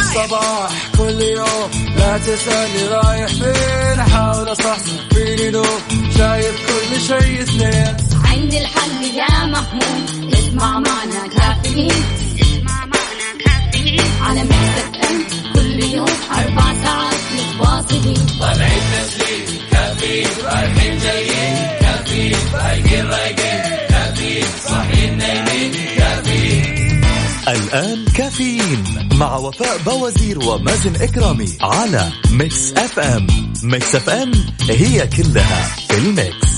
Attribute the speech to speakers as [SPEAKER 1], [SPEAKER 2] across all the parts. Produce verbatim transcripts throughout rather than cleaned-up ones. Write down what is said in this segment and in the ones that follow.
[SPEAKER 1] الصباح كل يوم لا تسألني رايح فين أحاول أصحصح فيني لو شايف كل شيء اثنين
[SPEAKER 2] عندي الحل يا محمود اسمع معنا كافيين اسمع معنا كافيين على ميكس اف ام كل يوم أربع ساعات متواصلين طالعين تسليم كافيين رايحين جايين كافيين رايقين رايقين كافيين صاحيين نايمين كافيين.
[SPEAKER 3] الآن كافيين مع وفاء بوازير ومازن إكرامي على ميكس اف ام. ميكس اف ام هي كلها في الميكس.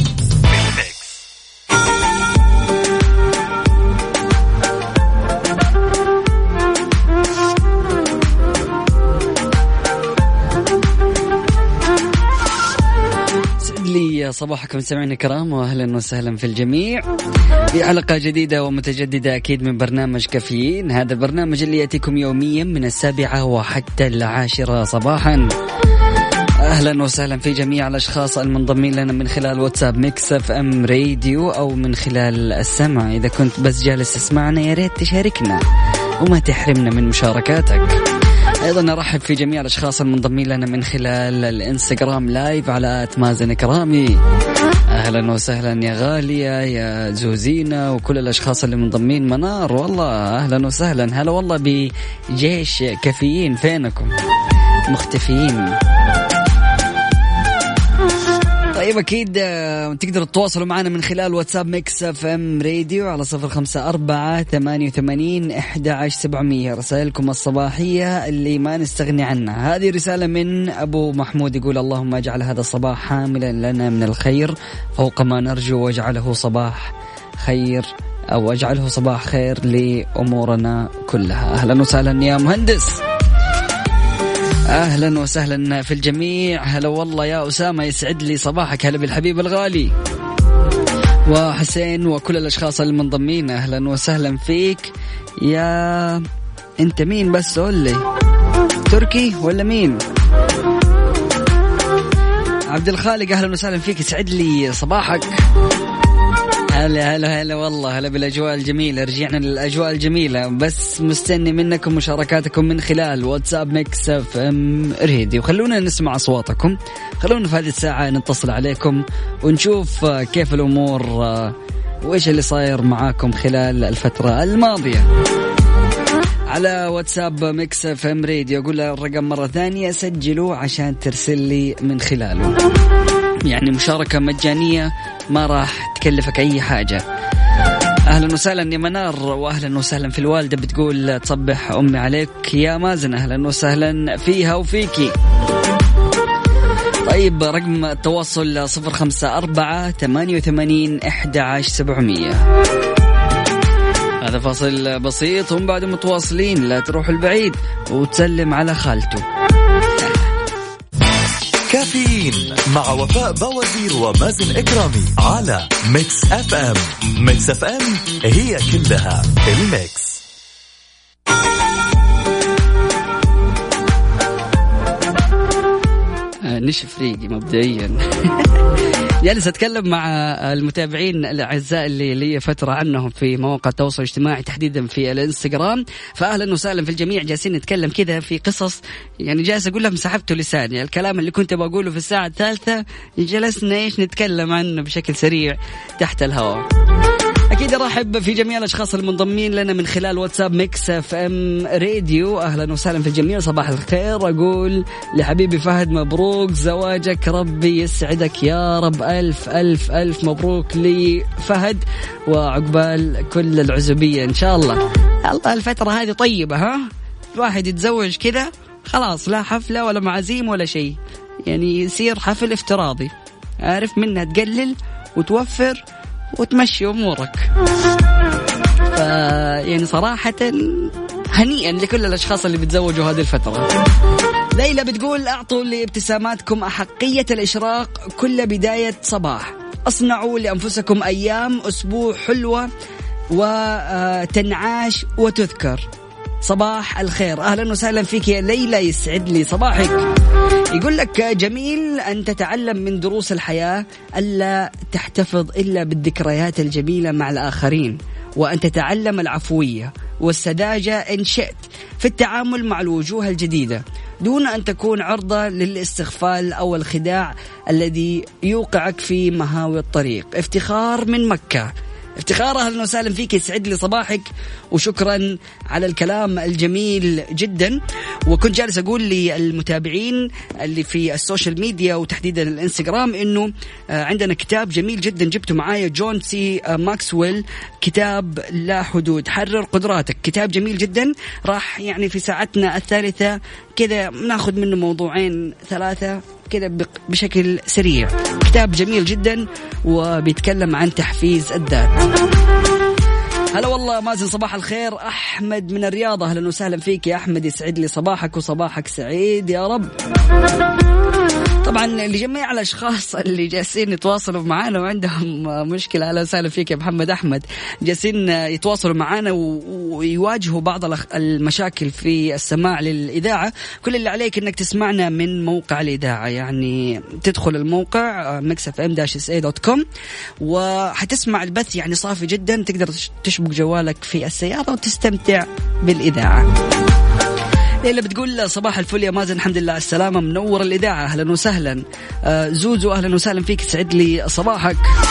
[SPEAKER 4] صباحكم سمعنا كرام واهلا وسهلا في الجميع في حلقة جديدة ومتجددة أكيد من برنامج كافيين. هذا البرنامج اللي يأتيكم يوميا من السابعة وحتى العاشرة صباحا. أهلا وسهلا في جميع الأشخاص المنضمين لنا من خلال واتساب ميكس اف ام راديو أو من خلال السمع. إذا كنت بس جالس تسمعنا يا ريت تشاركنا وما تحرمنا من مشاركاتك. أيضا نرحب في جميع الأشخاص المنضمين لنا من خلال الإنستغرام لايف على آت مازن كرامي. أهلا وسهلا يا غالية يا زوزينة وكل الأشخاص اللي منضمين. منار والله أهلا وسهلا. هلا والله بجيش كافيين فينكم مختفيين. طيب أكيد تقدروا تتواصلوا معنا من خلال واتساب ميكس اف ام راديو على صفر خمسة أربعة ثمانية وثمانين أحد عشر سبعمية. رسائلكم الصباحية اللي ما نستغني عنها. هذه رسالة من أبو محمود يقول اللهم اجعل هذا الصباح حاملا لنا من الخير فوق ما نرجو واجعله صباح خير أو اجعله صباح خير لأمورنا كلها. أهلا وسهلا يا مهندس. أهلا وسهلا في الجميع. هلا والله يا أسامة يسعد لي صباحك. هلا بالحبيب الغالي وحسين وكل الأشخاص المنضمين. أهلا وسهلا فيك يا أنت مين بس قول لي تركي ولا مين؟ عبد الخالق أهلا وسهلا فيك يسعد لي صباحك. هلا هلا هلا والله هلا بالأجواء الجميلة. رجعنا للأجواء الجميلة بس مستني منكم مشاركاتكم من خلال واتساب ميكس اف ام راديو. خلونا نسمع أصواتكم. خلونا في هذه الساعة نتصل عليكم ونشوف كيف الأمور وإيش اللي صاير معاكم خلال الفترة الماضية. على واتساب ميكس اف ام راديو أقول الرقم مرة ثانية سجلوا عشان ترسل لي من خلاله. يعني مشاركة مجانية ما راح تكلفك أي حاجة. أهلا وسهلا يا منار وأهلا وسهلا في الوالدة بتقول تصبح أمي عليك يا مازن. أهلا وسهلا فيها وفيكي. طيب رقم التواصل صفر خمسة أربعة ثمانية وثمانين أحد عشر سبعمية. هذا فاصل بسيط هم بعد متواصلين. لا تروح البعيد وتسلم على خالته.
[SPEAKER 3] كافيين مع وفاء بوازير ومازن إكرامي على ميكس اف ام. ميكس اف ام هي كلها الميكس.
[SPEAKER 4] نشف ريقي مبدئيا. جالس أتكلم مع المتابعين الأعزاء اللي لي فترة عنهم في مواقع التواصل الاجتماعي تحديدا في الانستغرام. فأهلا وسهلا في الجميع. جالسين نتكلم كذا في قصص يعني جالس أقول لهم سحبتوا لساني. الكلام اللي كنت بقوله في الساعة الثالثة جلسنا إيش نتكلم عنه بشكل سريع تحت الهواء. أكيد أرحب في جميع الأشخاص المنضمين لنا من خلال واتساب ميكس اف ام راديو. أهلا وسهلا في الجميع. صباح الخير. أقول لحبيبي فهد مبروك زواجك ربي يسعدك يا رب. ألف ألف ألف مبروك لي فهد وعقبال كل العزوبية إن شاء الله. الله الفترة هذه طيبة ها الواحد يتزوج كذا خلاص لا حفلة ولا معازيم ولا شيء يعني يصير حفل افتراضي عارف منها تقلل وتوفر وتمشي أمورك. يعني صراحة هنيئا لكل الأشخاص اللي بتزوجوا هذه الفترة. ليلى بتقول أعطوا لابتساماتكم أحقية الإشراق كل بداية صباح. أصنعوا لأنفسكم أيام أسبوع حلوة وتنعاش وتذكر. صباح الخير. أهلا وسهلا فيك يا ليلى يسعد لي صباحك. يقول لك جميل أن تتعلم من دروس الحياة ألا تحتفظ إلا بالذكريات الجميلة مع الآخرين وأن تتعلم العفوية والسذاجة إن شئت في التعامل مع الوجوه الجديدة دون أن تكون عرضة للاستغفال أو الخداع الذي يوقعك في مهاوي الطريق. افتخار من مكة. افتخار، أهلا وسهلا فيك، يسعد لي صباحك وشكرا على الكلام الجميل جدا. وكنت جالس أقول للمتابعين اللي في السوشيال ميديا وتحديدا الانستغرام إنه عندنا كتاب جميل جدا جبته معايا، جون سي ماكسويل، كتاب لا حدود، حرر قدراتك. كتاب جميل جدا، راح يعني في ساعتنا الثالثة كذا ناخذ منه موضوعين ثلاثة كذا بشكل سريع. كتاب جميل جدا وبيتكلم عن تحفيز الذات. هلا والله مازن، صباح الخير. أحمد من الرياض، أهلا وسهلا فيك يا أحمد، يسعد لي صباحك وصباحك سعيد يا رب. طبعا لجميع الأشخاص اللي جالسين يتواصلوا معنا وعندهم مشكلة، أهلا وسهلا فيك يا محمد أحمد، جالسين يتواصلوا معنا ويواجهوا بعض المشاكل في السماع للإذاعة. كل اللي عليك إنك تسمعنا من موقع الإذاعة، يعني تدخل الموقع ميكس اف ام داش اس اي دوت كوم وحتسمع البث يعني صافي جدا، تقدر تشبك جوالك في السيارة وتستمتع بالإذاعة. اللي بتقول صباح الفل يا مازن، الحمد لله على السلامة، منور الإذاعة، أهلا وسهلا. آه زوزو أهلا وسهلا فيك، سعد لي صباحك.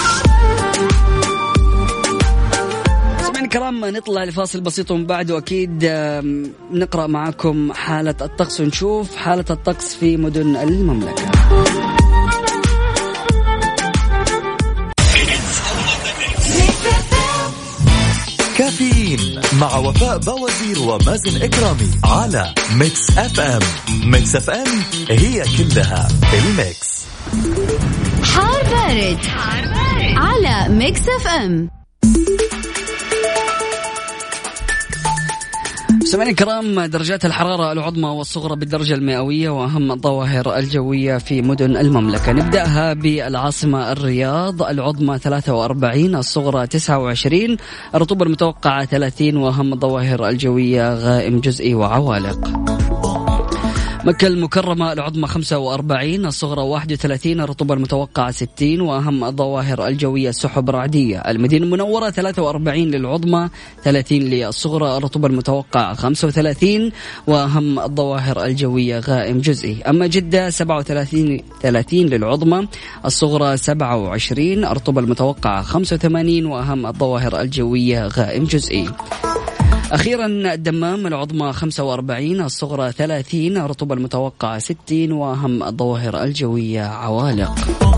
[SPEAKER 4] سمعنا كلام، نطلع لفاصل بسيط ومن بعده أكيد آه نقرأ معكم حالة الطقس ونشوف حالة الطقس في مدن المملكة.
[SPEAKER 3] كافيين مع وفاء بوازير ومازن إكرامي على ميكس اف ام. ميكس اف ام هي كلها الميكس.
[SPEAKER 2] حار بارد, حار بارد على ميكس اف ام.
[SPEAKER 4] سمعنا الكرام، درجات الحرارة العظمى والصغرى بالدرجة المئوية وأهم الظواهر الجوية في مدن المملكة. نبدأها بالعاصمة الرياض، العظمى ثلاثة وأربعين، الصغرى تسعة وعشرين، الرطوبة المتوقعة ثلاثين، وأهم الظواهر الجوية غائم جزئي وعوالق. مكة المكرمة العظمى خمسة وأربعين، الصغرى واحد وثلاثين، الرطوبة المتوقعة ستين، وأهم الظواهر الجوية سحب رعدية. المدينة المنورة ثلاثة وأربعين للعظمى، ثلاثين للصغرى، الرطوبة المتوقعة خمسة وثلاثين، وأهم الظواهر الجوية غائم جزئي. أما جدة سبعة وثلاثين ثلاثين للعظمى، الصغرى سبعة وعشرين، الرطوبة المتوقعة خمسة وثمانين، وأهم الظواهر الجوية غائم جزئي. أخيرا الدمام العظمى خمسة وأربعين، الصغرى ثلاثين، الرطوبة المتوقعة ستين، وأهم الظواهر الجوية عوالق.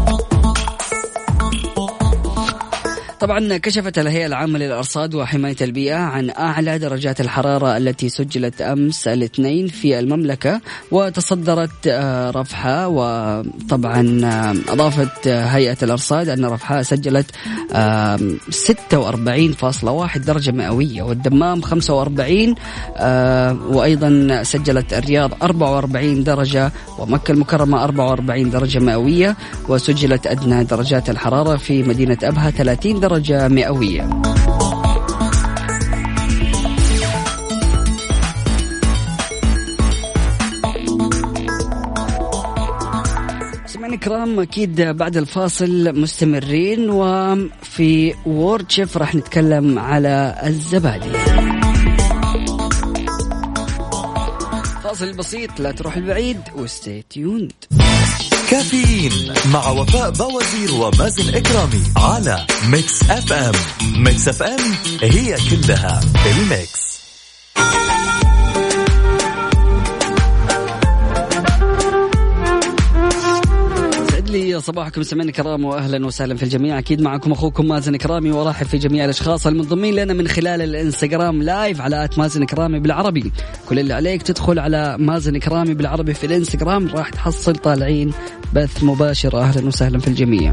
[SPEAKER 4] طبعا كشفت الهيئة العامة للأرصاد وحماية البيئة عن أعلى درجات الحرارة التي سجلت أمس الاثنين في المملكة، وتصدرت رفحة. وطبعا أضافت هيئة الأرصاد أن رفحة سجلت ستة وأربعين فاصلة واحد درجة مئوية، والدمام خمسة وأربعين، وأيضا سجلت الرياض أربعة وأربعين درجة، ومكة المكرمة أربعة وأربعين درجة مئوية، وسجلت أدنى درجات الحرارة في مدينة أبها ثلاثين درجة مئوية. سمعنا كرام، أكيد بعد الفاصل مستمرين، وفي وورد شيف راح نتكلم على الزبادي. فاصل بسيط، لا تروح البعيد وستي تيوند.
[SPEAKER 3] كافيين مع وفاء بوازير ومازن إكرامي على ميكس اف ام. ميكس اف ام هي كلها الميكس.
[SPEAKER 4] لي صباحكم سمعنا كرام، واهلا وسهلا في الجميع. اكيد معكم اخوكم مازن كرامي، وراحب في جميع الاشخاص المنضمين لنا من خلال الانستغرام لايف على آت مازن كرامي بالعربي. كل اللي عليك تدخل على مازن كرامي بالعربي في الانستغرام، راح تحصل طالعين بث مباشر. اهلا وسهلا في الجميع.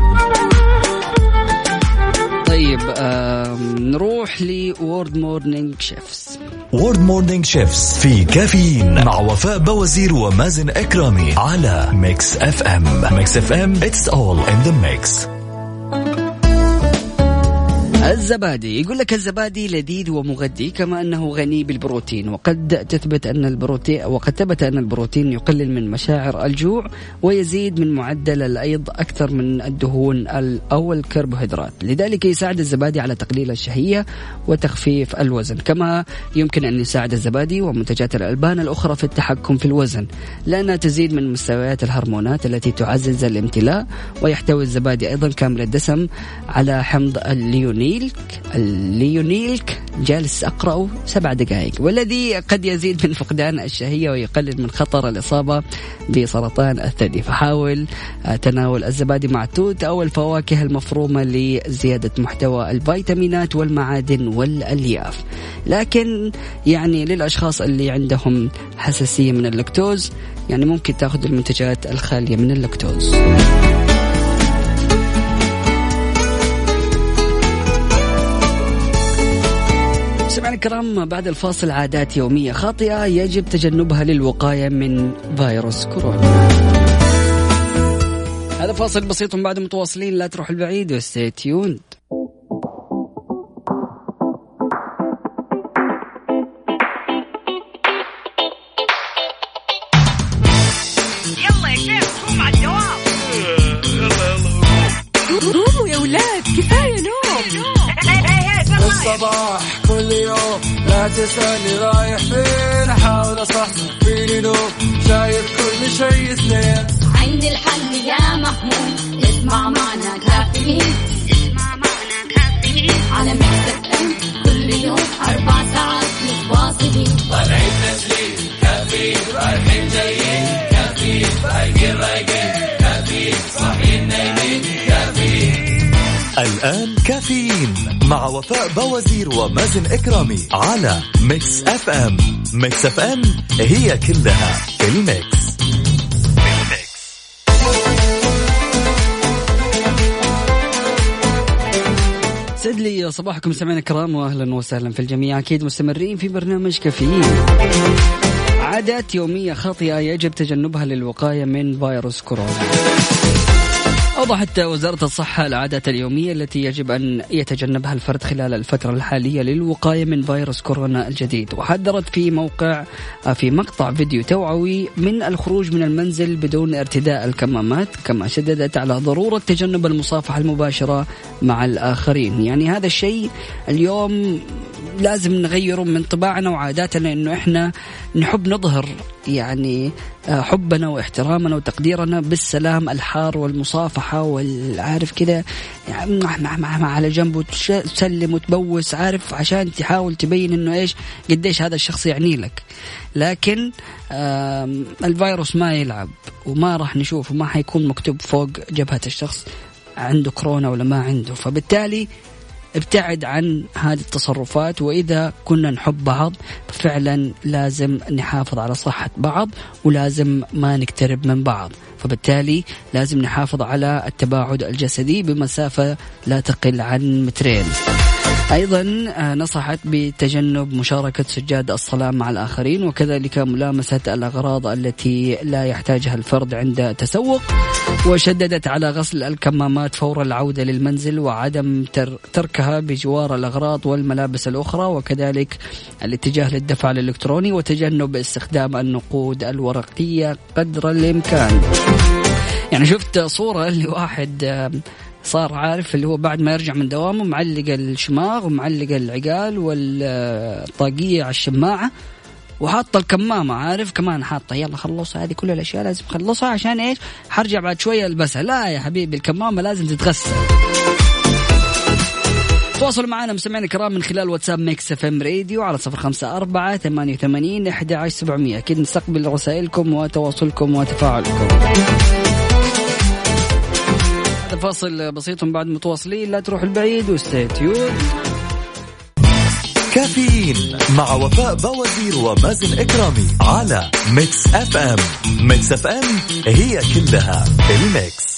[SPEAKER 4] طيب نروح لورد مورنينج شيفس.
[SPEAKER 3] وورد مورنينج شيفس في كافيين مع وفاء بوازير ومازن إكرامي على ميكس اف ام. ميكس اف ام it's all in the mix.
[SPEAKER 4] الزبادي يقول لك الزبادي لذيذ ومغذي كما أنه غني بالبروتين، وقد تثبت أن البروتين وقد ثبت أن البروتين يقلل من مشاعر الجوع ويزيد من معدل الأيض أكثر من الدهون أو الكربوهيدرات، لذلك يساعد الزبادي على تقليل الشهية وتخفيف الوزن. كما يمكن أن يساعد الزبادي ومنتجات الألبان الأخرى في التحكم في الوزن، لأنها تزيد من مستويات الهرمونات التي تعزز الامتلاء. ويحتوي الزبادي أيضا كامل الدسم على حمض الليونيل الليونيلك جالس أقرأه سبع دقائق، والذي قد يزيد من فقدان الشهية ويقلل من خطر الإصابة بسرطان الثدي. فحاول تناول الزبادي مع التوت أو الفواكه المفرومة لزيادة محتوى الفيتامينات والمعادن والألياف. لكن يعني للأشخاص اللي عندهم حساسية من اللاكتوز يعني ممكن تأخذ المنتجات الخالية من اللاكتوز. سمعنا الكرام، بعد الفاصل عادات يومية خاطئة يجب تجنبها للوقاية من فيروس كورونا. هذا فاصل بسيط بعد متواصلين، لا تروح البعيد وستي تيوند.
[SPEAKER 5] يلا يا شيخ قوم على الدوام. قوموا يا ولاد كفاية نوم.
[SPEAKER 1] الصباح كل يوم لا تسألني رايح فين، أحاول أصحصح فيني نوم شايف كل شيء سنين.
[SPEAKER 2] عندي الحل يا محمود، اسمع معنا كافيين، اسمع معنا كافيين على ميكس اف ام كل يوم أربع ساعات متواصلين.
[SPEAKER 1] طالعين تسليم كافيين، رايحين جايين كافيين، رايقين رايقين كافيين، صاحيين نايمين كافيين.
[SPEAKER 3] الآن كافيين مع وفاء بوازير ومازن إكرامي على ميكس اف ام. ميكس اف ام هي كلها الميكس.
[SPEAKER 4] سعد لي صباحكم سمعنا الكرام، واهلا وسهلا في الجميع. اكيد مستمرين في برنامج كافيين. عادات يومية خاطئة يجب تجنبها للوقاية من فيروس كورونا. أوضحت وزارة الصحة العادات اليومية التي يجب أن يتجنبها الفرد خلال الفترة الحالية للوقاية من فيروس كورونا الجديد، وحذرت في موقع في مقطع فيديو توعوي من الخروج من المنزل بدون ارتداء الكمامات. كما شددت على ضرورة تجنب المصافحة المباشرة مع الآخرين. يعني هذا الشيء اليوم لازم نغيره من طباعنا وعاداتنا، إنه إحنا نحب نظهر يعني حبنا واحترامنا وتقديرنا بالسلام الحار والمصافحة والعارف كده يعني على جنب وتسلم وتبوس، عارف، عشان تحاول تبين إنه إيش قديش هذا الشخص يعني لك. لكن الفيروس ما يلعب، وما راح نشوف وما حيكون مكتوب فوق جبهة الشخص عنده كورونا ولا ما عنده. فبالتالي ابتعد عن هذه التصرفات. وإذا كنا نحب بعض فعلا لازم نحافظ على صحة بعض، ولازم ما نقترب من بعض. فبالتالي لازم نحافظ على التباعد الجسدي بمسافة لا تقل عن مترين. أيضا نصحت بتجنب مشاركة سجاد الصلاة مع الآخرين، وكذلك ملامسة الأغراض التي لا يحتاجها الفرد عند تسوق. وشددت على غسل الكمامات فور العودة للمنزل، وعدم تركها بجوار الأغراض والملابس الأخرى، وكذلك الاتجاه للدفع الإلكتروني وتجنب استخدام النقود الورقية قدر الإمكان. يعني شفت صورة لواحد صار عارف اللي هو بعد ما يرجع من دوامه معلق الشماغ ومعلق العقال والطاقية على الشماعة وحاطة الكمامة، عارف كمان حاطة، يلا خلصها، هذه كل الأشياء لازم خلصها عشان إيش حرجع بعد شوية البسها. لا يا حبيبي، الكمامة لازم تتغسل. تواصلوا معنا مستمعينا الكرام من خلال واتساب ميكس اف ام راديو على صفر خمسة أربعة ثمانية وثمانين أحد عشر سبعمية. أكيد نستقبل رسائلكم وتواصلكم وتفاعلكم. هذا فاصل بسيط بعد متواصلين، لا تروح البعيد وستيتيون.
[SPEAKER 3] كافيين مع وفاء بوازير ومازن إكرامي على ميكس اف ام. ميكس اف ام هي كلها الميكس.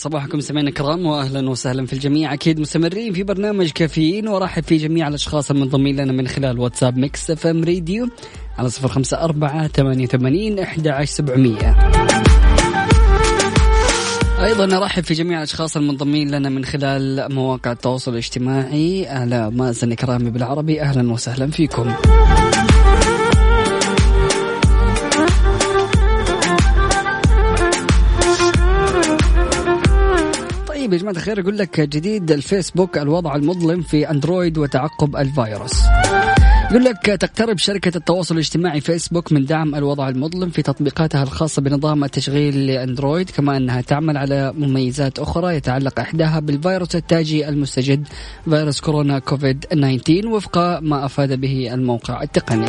[SPEAKER 4] صباحكم سمعنا كرام وأهلا وسهلا في الجميع. أكيد مستمرين في برنامج كافيين، ورحب في جميع الأشخاص المنضمين لنا من خلال واتساب ميكس اف ام راديو على صفر خمسة أربعة ثمانية ثمانين أحد عشر سبعمية. أيضا أرحب في جميع الأشخاص المنضمين لنا من خلال مواقع التواصل الاجتماعي على مازن كرامي بالعربي. أهلا وسهلا فيكم. طيب يا جماعة الخير، يقول لك جديد الفيسبوك الوضع المظلم في أندرويد وتعقب الفيروس. يقول لك تقترب شركة التواصل الاجتماعي فيسبوك من دعم الوضع المظلم في تطبيقاتها الخاصة بنظام التشغيل لأندرويد، كما أنها تعمل على مميزات أخرى يتعلق إحداها بالفيروس التاجي المستجد فيروس كورونا كوفيد تسعة عشر وفق ما أفاد به الموقع التقني.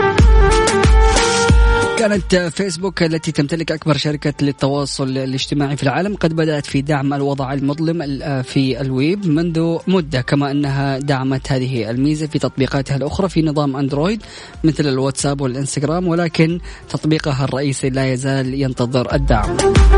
[SPEAKER 4] كانت فيسبوك التي تمتلك أكبر شركة للتواصل الاجتماعي في العالم قد بدأت في دعم الوضع المظلم في الويب منذ مدة، كما أنها دعمت هذه الميزة في تطبيقاتها الأخرى في نظام أندرويد مثل الواتساب والإنستغرام، ولكن تطبيقها الرئيسي لا يزال ينتظر الدعم.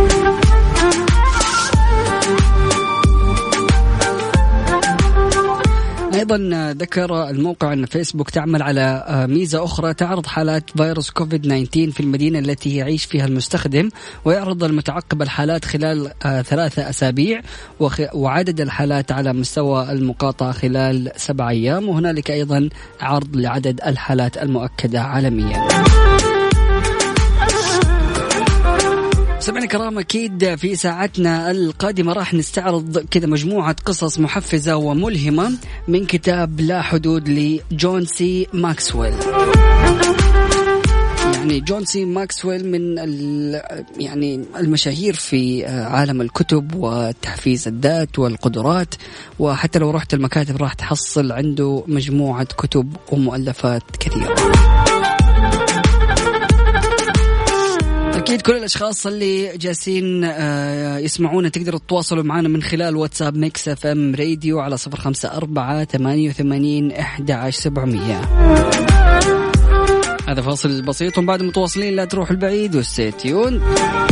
[SPEAKER 4] أيضا ذكر الموقع أن فيسبوك تعمل على ميزة أخرى تعرض حالات فيروس كوفيد تسعة عشر في المدينة التي يعيش فيها المستخدم، ويعرض المتعقب الحالات خلال ثلاثة أسابيع وعدد الحالات على مستوى المقاطعة خلال سبع أيام، وهنالك أيضا عرض لعدد الحالات المؤكدة عالميا. سمعنا كرام، أكيد في ساعتنا القادمة راح نستعرض كذا مجموعة قصص محفزة وملهمة من كتاب لا حدود لجون سي ماكسويل. يعني جون سي ماكسويل من يعني المشاهير في عالم الكتب وتحفيز الذات والقدرات، وحتى لو رحت المكاتب راح تحصل عنده مجموعة كتب ومؤلفات كثيرة. أكيد كل الأشخاص اللي جالسين يسمعونا تقدروا تتواصلوا معنا من خلال واتساب ميكس اف ام راديو على صفر خمسة أربعة ثمانية ثمانين أحد عشر سبعمية. هذا فاصل بسيط وبعد متواصلين، لا تروح البعيد وستيون.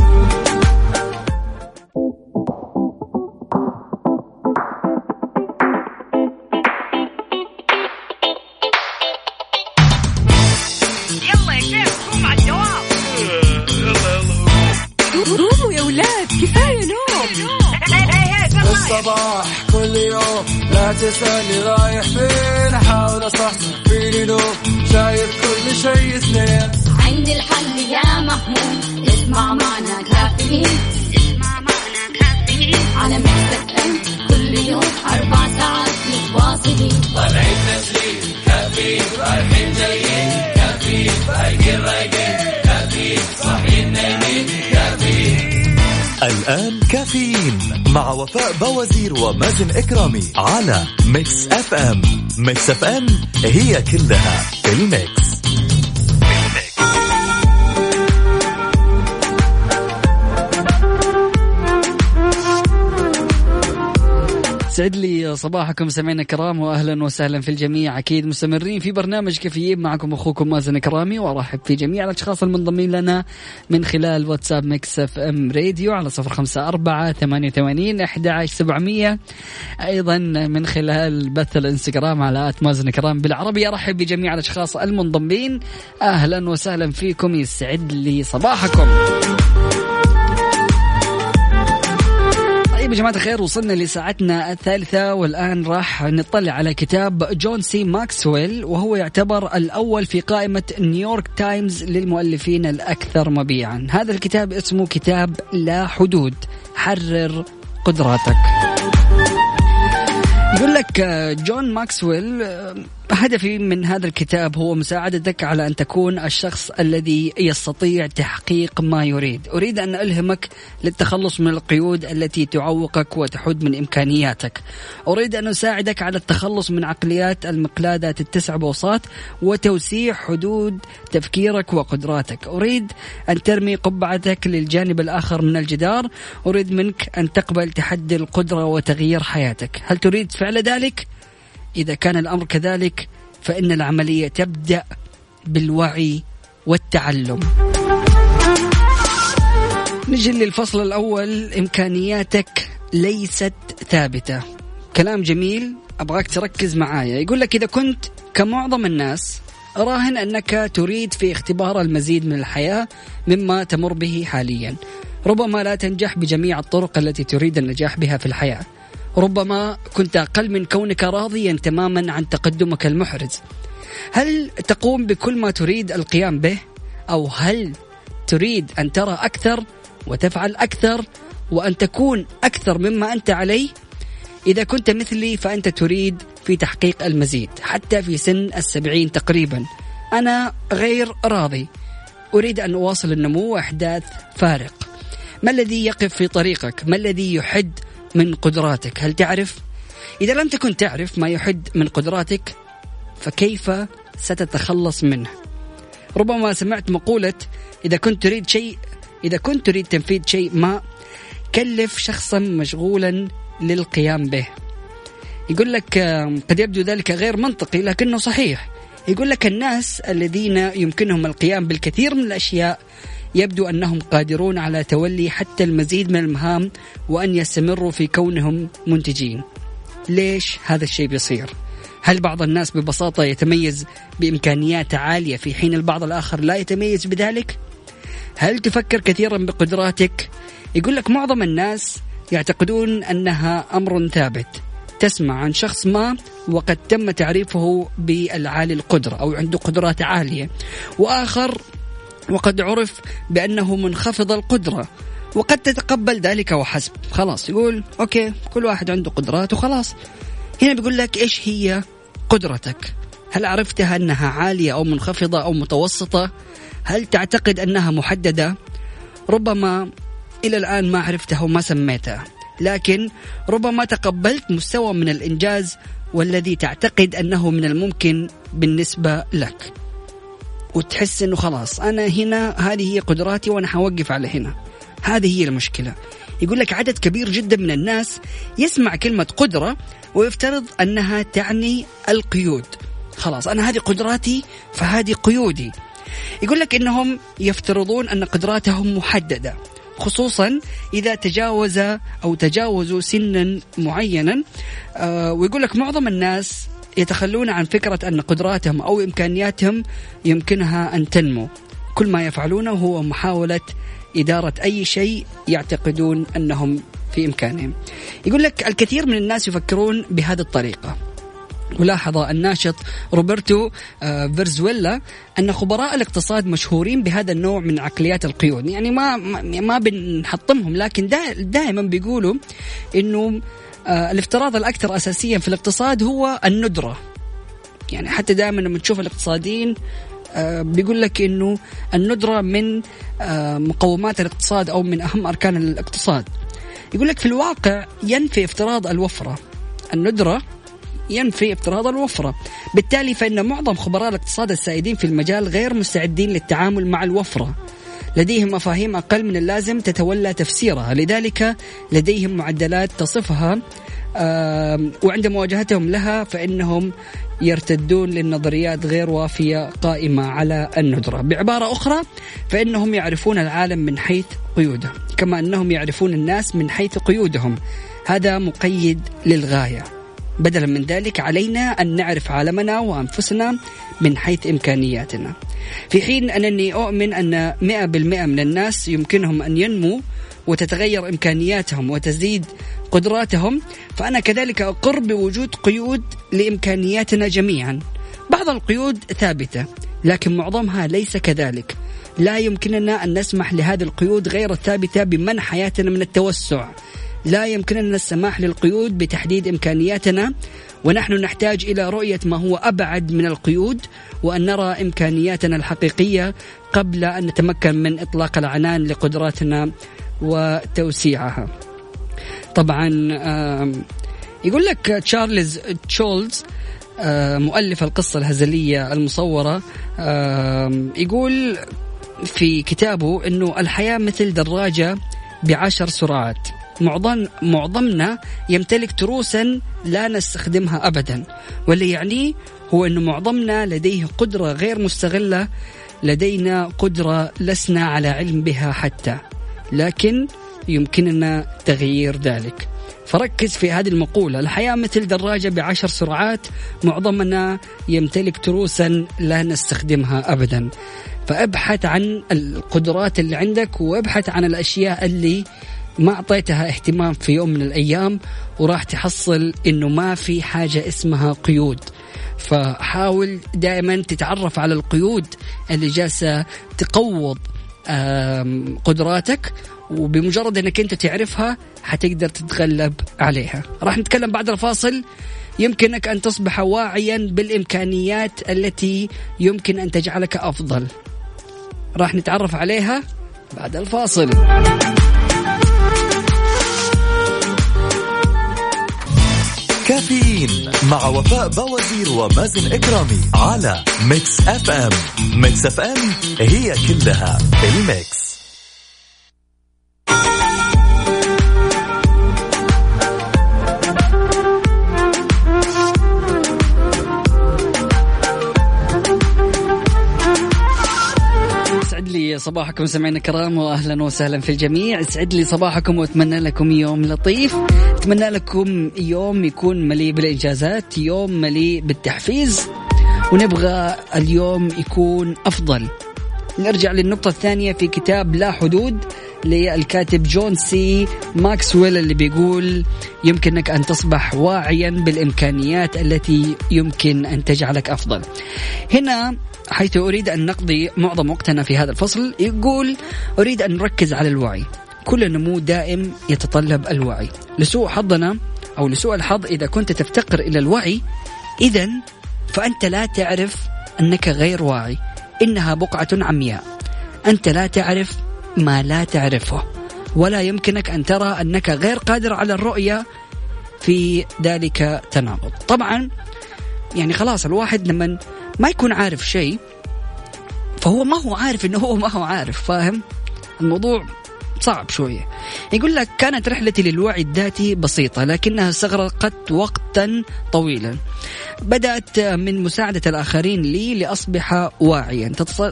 [SPEAKER 1] الصباح كل يوم لا تسألني رايح فين، أحاول أصحصح فيني لو شايف كل شيء سنين.
[SPEAKER 2] عندي الحل يا محمود، اسمع معنا كافيين، اسمع معنا كافيين على ميكس اف ام كل يوم أربع ساعات متواصلين. طالعين تسليم كافيين، رايحين جايين كافيين، رايقين رايقين كافيين، صاحيين نايمين كافيين.
[SPEAKER 3] الآن كافيين مع وفاء بوازير ومازن إكرامي على ميكس اف ام. ميكس اف ام هي كلها الميكس.
[SPEAKER 4] سعد لي صباحكم سمعنا كرام وأهلا وسهلا في الجميع. أكيد مستمرين في برنامج كافيين معكم أخوكم مازن كرامي، وأرحب في جميع الأشخاص المنضمين لنا من خلال واتساب ميكس اف ام راديو على صفر خمسة أربعة ثمانية ثمانين أحد عشر سبعمية. أيضا من خلال بث الانستغرام على آت مازن كرام بالعربي. أرحب بجميع الأشخاص المنضمين، أهلا وسهلا فيكم، يسعد لي صباحكم. طيب يا جماعة الخير، وصلنا لساعتنا الثالثة، والآن راح نطلع على كتاب جون سي ماكسويل، وهو يعتبر الأول في قائمة نيويورك تايمز للمؤلفين الأكثر مبيعا. هذا الكتاب اسمه كتاب لا حدود، حرر قدراتك. يقول لك جون ماكسويل هدفي من هذا الكتاب هو مساعدتك على أن تكون الشخص الذي يستطيع تحقيق ما يريد. أريد أن ألهمك للتخلص من القيود التي تعوقك وتحد من إمكانياتك. أريد أن أساعدك على التخلص من عقليات المقلادة التسع بوصات وتوسيع حدود تفكيرك وقدراتك. أريد أن ترمي قبعتك للجانب الآخر من الجدار. أريد منك أن تقبل تحدي القدرة وتغيير حياتك. هل تريد فعل ذلك؟ إذا كان الأمر كذلك فإن العملية تبدأ بالوعي والتعلم. نجي للفصل الأول. إمكانياتك ليست ثابتة. كلام جميل، أبغاك تركز معايا. يقول لك إذا كنت كمعظم الناس راهن أنك تريد في اختبار المزيد من الحياة مما تمر به حاليا، ربما لا تنجح بجميع الطرق التي تريد النجاح بها في الحياة. ربما كنت أقل من كونك راضيا تماما عن تقدمك المحرز. هل تقوم بكل ما تريد القيام به، أو هل تريد أن ترى أكثر وتفعل أكثر وأن تكون أكثر مما أنت عليه؟ إذا كنت مثلي فأنت تريد في تحقيق المزيد حتى في سن السبعين تقريبا. أنا غير راضي، أريد أن أواصل النمو وإحداث فارق. ما الذي يقف في طريقك؟ ما الذي يحد من قدراتك؟ هل تعرف؟ إذا لم تكن تعرف ما يحد من قدراتك فكيف ستتخلص منه؟ ربما سمعت مقولة إذا كنت تريد شيء إذا كنت تريد تنفيذ شيء ما، كلف شخصا مشغولا للقيام به. يقول لك قد يبدو ذلك غير منطقي لكنه صحيح. يقول لك الناس الذين يمكنهم القيام بالكثير من الأشياء يبدو أنهم قادرون على تولي حتى المزيد من المهام وأن يستمروا في كونهم منتجين. ليش هذا الشيء بيصير؟ هل بعض الناس ببساطة يتميز بإمكانيات عالية في حين البعض الآخر لا يتميز بذلك؟ هل تفكر كثيرا بقدراتك؟ يقول لك معظم الناس يعتقدون أنها أمر ثابت. تسمع عن شخص ما وقد تم تعريفه بالعالي القدرة أو عنده قدرات عالية، وآخر وقد عرف بأنه منخفض القدرة، وقد تتقبل ذلك وحسب. خلاص يقول أوكي كل واحد عنده قدرات وخلاص. هنا بيقول لك إيش هي قدرتك؟ هل عرفتها أنها عالية أو منخفضة أو متوسطة؟ هل تعتقد أنها محددة؟ ربما إلى الآن ما عرفتها وما سميتها، لكن ربما تقبلت مستوى من الإنجاز والذي تعتقد أنه من الممكن بالنسبة لك، وتحس أنه خلاص أنا هنا هذه هي قدراتي وأنا حوقف على هنا. هذه هي المشكلة. يقول لك عدد كبير جدا من الناس يسمع كلمة قدرة ويفترض أنها تعني القيود. خلاص أنا هذه قدراتي فهذه قيودي. يقول لك إنهم يفترضون أن قدراتهم محددة، خصوصا إذا تجاوز أو تجاوزوا سنا معينا. آه ويقول لك معظم الناس يتخلون عن فكرة أن قدراتهم أو إمكانياتهم يمكنها أن تنمو. كل ما يفعلونه هو محاولة إدارة أي شيء يعتقدون أنهم في إمكانهم. يقول لك الكثير من الناس يفكرون بهذه الطريقة. ولاحظ الناشط روبرتو فيرزويلا أن خبراء الاقتصاد مشهورين بهذا النوع من عقليات القيود. يعني ما ما بنحطمهم، لكن دائما بيقولوا إنه الافتراض الأكثر أساسيا في الاقتصاد هو الندرة. يعني حتى دائما لما تشوف الاقتصاديين بيقول لك إنه الندرة من مقومات الاقتصاد أو من أهم أركان الاقتصاد. يقول لك في الواقع ينفي افتراض الوفرة. الندرة ينفي افتراض الوفرة. بالتالي فإن معظم خبراء الاقتصاد السائدين في المجال غير مستعدين للتعامل مع الوفرة، لديهم مفاهيم أقل من اللازم تتولى تفسيرها، لذلك لديهم معدلات تصفها، وعند مواجهتهم لها فإنهم يرتدون للنظريات غير وافية قائمة على الندرة. بعبارة أخرى فإنهم يعرفون العالم من حيث قيوده كما أنهم يعرفون الناس من حيث قيودهم. هذا مقيد للغاية. بدلا من ذلك علينا أن نعرف عالمنا وأنفسنا من حيث إمكانياتنا. في حين أنني أؤمن أن مئة بالمئة من الناس يمكنهم أن ينمو وتتغير إمكانياتهم وتزيد قدراتهم، فأنا كذلك أقر بوجود قيود لإمكانياتنا جميعا. بعض القيود ثابتة لكن معظمها ليس كذلك. لا يمكننا أن نسمح لهذه القيود غير الثابتة بمنع حياتنا من التوسع. لا يمكننا السماح للقيود بتحديد إمكانياتنا، ونحن نحتاج إلى رؤية ما هو أبعد من القيود وأن نرى إمكانياتنا الحقيقية قبل أن نتمكن من إطلاق العنان لقدراتنا وتوسيعها. طبعا يقول لك تشارلز تشولز مؤلف القصة الهزلية المصورة يقول في كتابه أنه الحياة مثل دراجة بعشر سرعات. معظم معظمنا يمتلك تروسا لا نستخدمها أبدا، واللي يعني هو أنه معظمنا لديه قدرة غير مستغلة، لدينا قدرة لسنا على علم بها حتى. لكن يمكننا تغيير ذلك. فركز في هذه المقولة: الحياة مثل دراجة بعشر سرعات، معظمنا يمتلك تروسا لا نستخدمها أبدا. فابحث عن القدرات اللي عندك، وابحث عن الأشياء اللي ما أعطيتها اهتمام في يوم من الأيام، وراح تحصل إنه ما في حاجة اسمها قيود. فحاول دائما تتعرف على القيود اللي جالسة تقوض قدراتك، وبمجرد أنك أنت تعرفها حتقدر تتغلب عليها. راح نتكلم بعد الفاصل. يمكنك أن تصبح واعيا بالإمكانيات التي يمكن أن تجعلك أفضل. راح نتعرف عليها بعد الفاصل.
[SPEAKER 3] كافيين مع وفاء بوازير ومازن إكرامي على ميكس اف ام. ميكس اف ام هي كلها الميكس.
[SPEAKER 4] صباحكم سمعنا الكرام، واهلا وسهلا في الجميع. يسعد لي صباحكم واتمنى لكم يوم لطيف، اتمنى لكم يوم يكون مليء بالانجازات، يوم مليء بالتحفيز، ونبغى اليوم يكون افضل. نرجع للنقطة الثانية في كتاب لا حدود للكاتب جون سي ماكسويل اللي بيقول: يمكنك أن تصبح واعيا بالإمكانيات التي يمكن أن تجعلك أفضل. هنا حيث أريد أن نقضي معظم وقتنا في هذا الفصل، يقول: أريد أن نركز على الوعي. كل نمو دائم يتطلب الوعي. لسوء حظنا أو لسوء الحظ، إذا كنت تفتقر إلى الوعي إذن فأنت لا تعرف أنك غير واعي. إنها بقعة عمياء، أنت لا تعرف ما لا تعرفه، ولا يمكنك أن ترى أنك غير قادر على الرؤية في ذلك تناقض. طبعا يعني خلاص الواحد لما ما يكون عارف شيء فهو ما هو عارف إنه هو ما هو عارف، فاهم الموضوع صعب شوية. يقول لك: كانت رحلتي للوعي الذاتي بسيطة لكنها استغرقت وقتا طويلا. بدأت من مساعدة الآخرين لي لأصبح واعيا.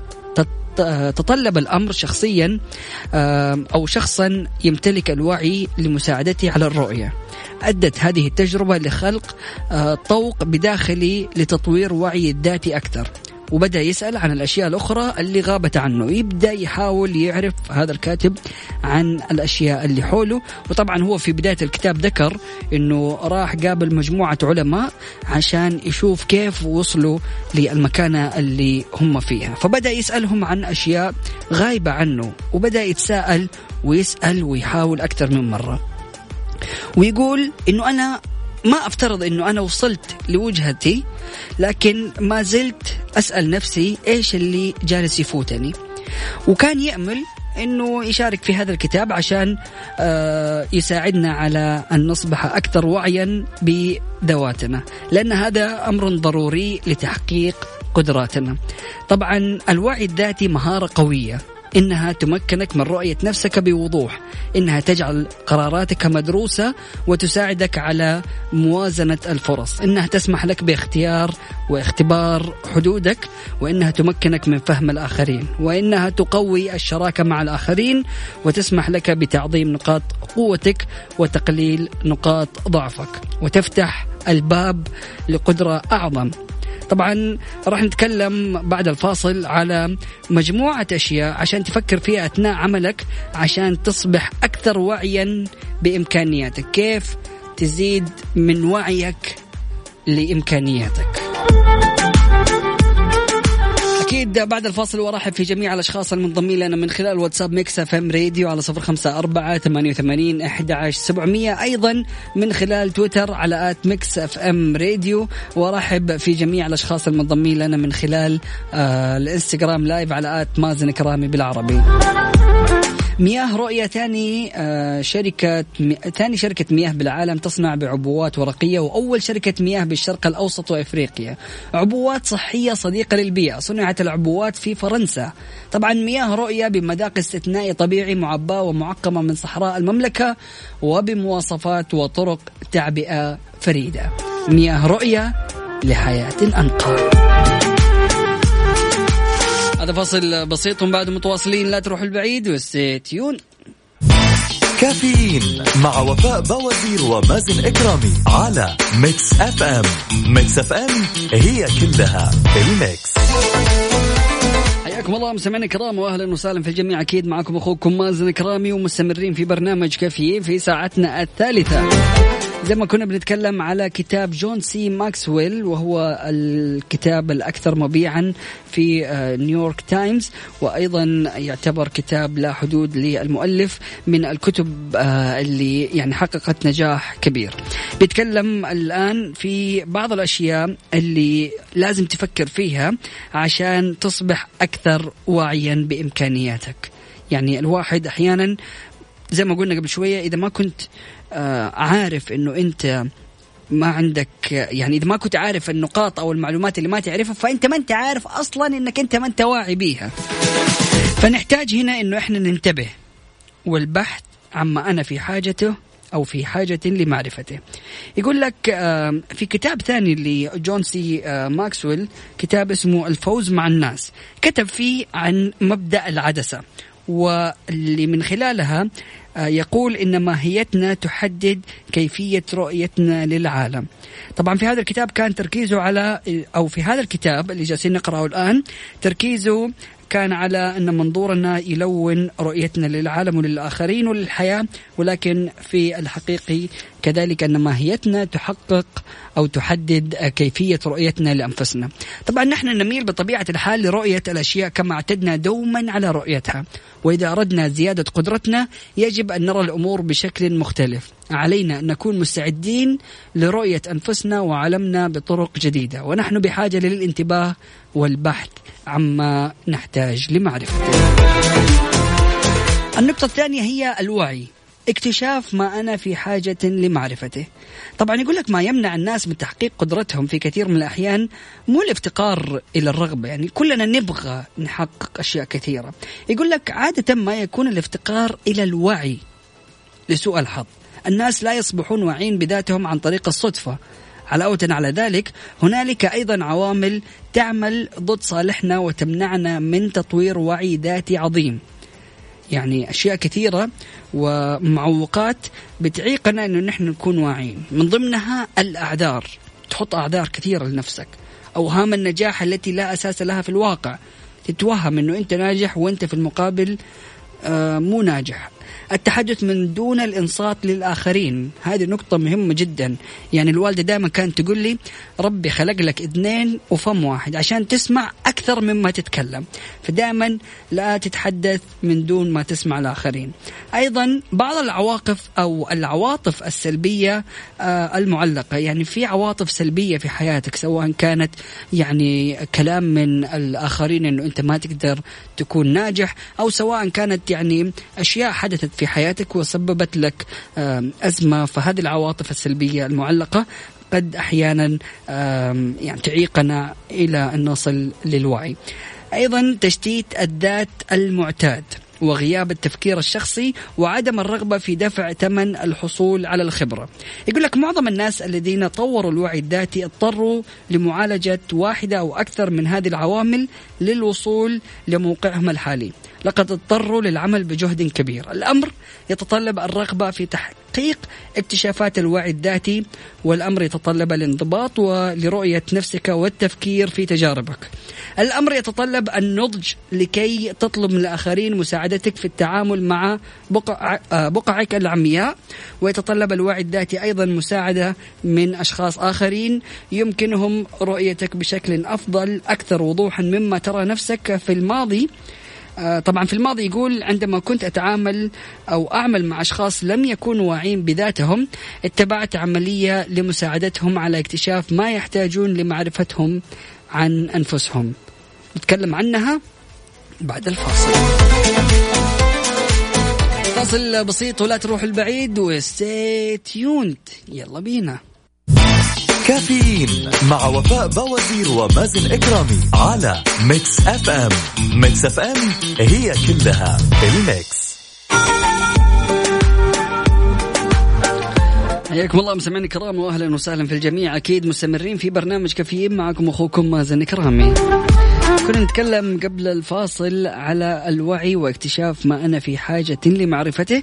[SPEAKER 4] تطلب الأمر شخصيا أو شخصا يمتلك الوعي لمساعدتي على الرؤية. أدت هذه التجربة لخلق طوق بداخلي لتطوير وعي الذاتي أكثر، وبدأ يسأل عن الأشياء الأخرى اللي غابت عنه. يبدأ يحاول يعرف هذا الكاتب عن الأشياء اللي حوله. وطبعا هو في بداية الكتاب ذكر أنه راح قابل مجموعة علماء عشان يشوف كيف وصلوا للمكانة اللي هم فيها، فبدأ يسألهم عن أشياء غايبة عنه، وبدأ يتساءل ويسأل ويحاول أكثر من مرة. ويقول أنه أنا ما أفترض أنه أنا وصلت لوجهتي، لكن ما زلت أسأل نفسي إيش اللي جالس يفوتني. وكان يأمل أنه يشارك في هذا الكتاب عشان يساعدنا على أن نصبح أكثر وعيا بذواتنا، لأن هذا أمر ضروري لتحقيق قدراتنا. طبعا الوعي الذاتي مهارة قوية، إنها تمكنك من رؤية نفسك بوضوح، إنها تجعل قراراتك مدروسة وتساعدك على موازنة الفرص، إنها تسمح لك باختيار واختبار حدودك، وإنها تمكنك من فهم الآخرين، وإنها تقوي الشراكة مع الآخرين وتسمح لك بتعظيم نقاط قوتك وتقليل نقاط ضعفك، وتفتح الباب لقدرة أعظم. طبعا راح نتكلم بعد الفاصل على مجموعة أشياء عشان تفكر فيها أثناء عملك عشان تصبح أكثر وعيا بإمكانياتك، كيف تزيد من وعيك لإمكانياتك. أكيد بعد الفاصل وارحب في جميع الأشخاص المنضمين لنا من خلال واتساب ميكس اف ام راديو على صفر خمسة أربعة ثمانية وثمانين أحد عشر سبعمية، أيضا من خلال تويتر على آت ميكس اف ام راديو. وارحب في جميع الأشخاص المنضمين لنا من خلال آه الانستغرام لايف على آت مازن إكرامي بالعربي. مياه رؤية ثاني آه شركة ثاني شركة مياه بالعالم تصنع بعبوات ورقية، وأول شركة مياه بالشرق الأوسط وإفريقيا. عبوات صحية صديقة للبيئة. صنعت العبوات في فرنسا. طبعا مياه رؤية بمذاق استثنائي طبيعي معبأة ومعقمة من صحراء المملكة، وبمواصفات وطرق تعبئة فريدة. مياه رؤية لحياة أنقى. هذا فاصل بسيط وبعد متواصلين، لا تروحوا البعيد وستيتيون.
[SPEAKER 3] كافيين مع وفاء بوازير ومازن إكرامي على ميكس أف أم. ميكس أف أم هي كلها الميكس.
[SPEAKER 4] حياكم الله مستمعينا الكرام واهلا وسهلا في الجميع. اكيد معكم اخوكم مازن إكرامي ومستمرين في برنامج كافيين في ساعتنا الثالثة. زي ما كنا بنتكلم على كتاب جون سي ماكسويل، وهو الكتاب الأكثر مبيعا في نيويورك تايمز، وأيضا يعتبر كتاب لا حدود للمؤلف من الكتب اللي يعني حققت نجاح كبير. بيتكلم الآن في بعض الأشياء اللي لازم تفكر فيها عشان تصبح أكثر وعيا بإمكانياتك. يعني الواحد أحيانا زي ما قلنا قبل شوية، إذا ما كنت آه عارف إنه أنت ما عندك، يعني إذا ما كنت عارف النقاط أو المعلومات اللي ما تعرفها، فأنت ما أنت عارف أصلا إنك أنت ما أنت واعي بيها. فنحتاج هنا إنه إحنا ننتبه والبحث عما أنا في حاجته أو في حاجة لمعرفته. يقول لك آه في كتاب ثاني لجون سي آه ماكسويل، كتاب اسمه الفوز مع الناس، كتب فيه عن مبدأ العدسة، واللي من خلالها يقول إن ماهيتنا تحدد كيفية رؤيتنا للعالم. طبعا في هذا الكتاب كان تركيزه على، أو في هذا الكتاب اللي جالسين نقرأه الآن تركيزه كان على أن منظورنا يلون رؤيتنا للعالم وللآخرين وللحياة، ولكن في الحقيقي كذلك أن ماهيتنا تحقق أو تحدد كيفية رؤيتنا لأنفسنا. طبعا نحن نميل بطبيعة الحال لرؤية الأشياء كما اعتدنا دوما على رؤيتها، وإذا أردنا زيادة قدرتنا يجب أن نرى الأمور بشكل مختلف. علينا أن نكون مستعدين لرؤية أنفسنا وعالمنا بطرق جديدة، ونحن بحاجة للانتباه والبحث عما نحتاج لمعرفته. النقطة الثانية هي الوعي، اكتشاف ما أنا في حاجة لمعرفته. طبعا يقول لك ما يمنع الناس من تحقيق قدرتهم في كثير من الأحيان مو الافتقار إلى الرغبة، يعني كلنا نبغى نحقق أشياء كثيرة. يقول لك عادة ما يكون الافتقار إلى الوعي لسوء الحظ. الناس لا يصبحون واعين بذاتهم عن طريق الصدفة. علاوة على ذلك هنالك أيضا عوامل تعمل ضد صالحنا وتمنعنا من تطوير وعي ذاتي عظيم. يعني أشياء كثيرة ومعوقات بتعيقنا أنه نحن نكون واعين. من ضمنها الأعذار، تحط أعذار كثيرة لنفسك. أوهام النجاح التي لا أساس لها في الواقع، تتوهم أنه أنت ناجح وأنت في المقابل آه مو ناجح. التحدث من دون الإنصات للآخرين، هذه نقطة مهمة جدا. يعني الوالدة دائما كانت تقول لي ربي خلق لك اثنين وفم واحد عشان تسمع أكثر مما تتكلم، فدائما لا تتحدث من دون ما تسمع الآخرين. أيضا بعض العواقف أو العواطف السلبية آه المعلقة، يعني في عواطف سلبية في حياتك، سواء كانت يعني كلام من الآخرين أنه أنت ما تقدر تكون ناجح، أو سواء كانت يعني أشياء حدثت في حياتك وسببت لك أزمة. فهذه العواطف السلبية المعلقة قد أحيانا يعني تعيقنا إلى أن نصل للوعي. أيضا تشتيت الذات المعتاد وغياب التفكير الشخصي وعدم الرغبة في دفع ثمن الحصول على الخبرة. يقول لك معظم الناس الذين طوروا الوعي الذاتي اضطروا لمعالجة واحدة أو أكثر من هذه العوامل للوصول لموقعهم الحالي. لقد اضطروا للعمل بجهد كبير. الأمر يتطلب الرغبة في تحقيق اكتشافات الوعي الذاتي، والأمر يتطلب الانضباط ولرؤية نفسك والتفكير في تجاربك. الأمر يتطلب النضج لكي تطلب من الآخرين مساعدتك في التعامل مع بقع بقعك العمياء، ويتطلب الوعي الذاتي أيضا مساعدة من أشخاص آخرين يمكنهم رؤيتك بشكل أفضل أكثر وضوحا مما ترى نفسك في الماضي. طبعا في الماضي يقول عندما كنت أتعامل أو أعمل مع أشخاص لم يكونوا واعين بذاتهم، اتبعت عملية لمساعدتهم على اكتشاف ما يحتاجون لمعرفتهم عن أنفسهم. نتكلم عنها بعد الفاصل. فاصل بسيط ولا تروح البعيد وستي تيوند. يلا بينا.
[SPEAKER 3] كافيين مع وفاء بوازير ومازن إكرامي على ميكس أف أم. ميكس أف أم هي كلها الميكس.
[SPEAKER 4] حياكم الله مستمعينا الكرام واهلا وسهلا في الجميع. اكيد مستمرين في برنامج كافيين، معكم اخوكم مازن إكرامي. كنا نتكلم قبل الفاصل على الوعي واكتشاف ما أنا في حاجة لمعرفته،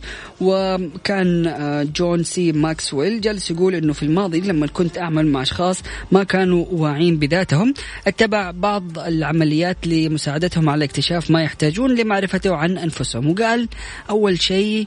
[SPEAKER 4] وكان جون سي ماكسويل جالس يقول إنه في الماضي لما كنت أعمل مع أشخاص ما كانوا واعين بذاتهم اتبع بعض العمليات لمساعدتهم على اكتشاف ما يحتاجون لمعرفته عن أنفسهم. وقال أول شيء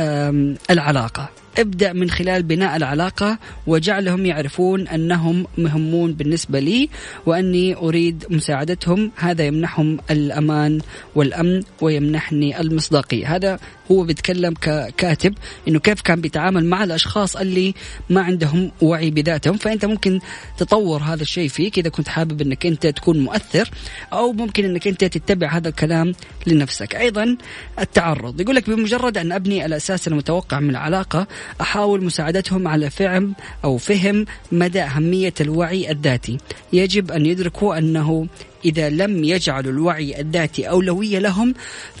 [SPEAKER 4] العلاقة، ابدأ من خلال بناء العلاقة وجعلهم يعرفون أنهم مهمون بالنسبة لي وأني أريد مساعدتهم، هذا يمنحهم الأمان والأمن ويمنحني المصداقية. هذا هو بيتكلم ككاتب إنه كيف كان بيتعامل مع الأشخاص اللي ما عندهم وعي بذاتهم. فأنت ممكن تطور هذا الشيء فيك إذا كنت حابب أنك أنت تكون مؤثر، أو ممكن أنك أنت تتبع هذا الكلام لنفسك. أيضا التعرض، يقول لك بمجرد أن أبني الأساس المتوقع من العلاقة أحاول مساعدتهم على فهم أو فهم مدى أهمية الوعي الذاتي. يجب أن يدركوا أنه إذا لم يجعلوا الوعي الذاتي أولوية لهم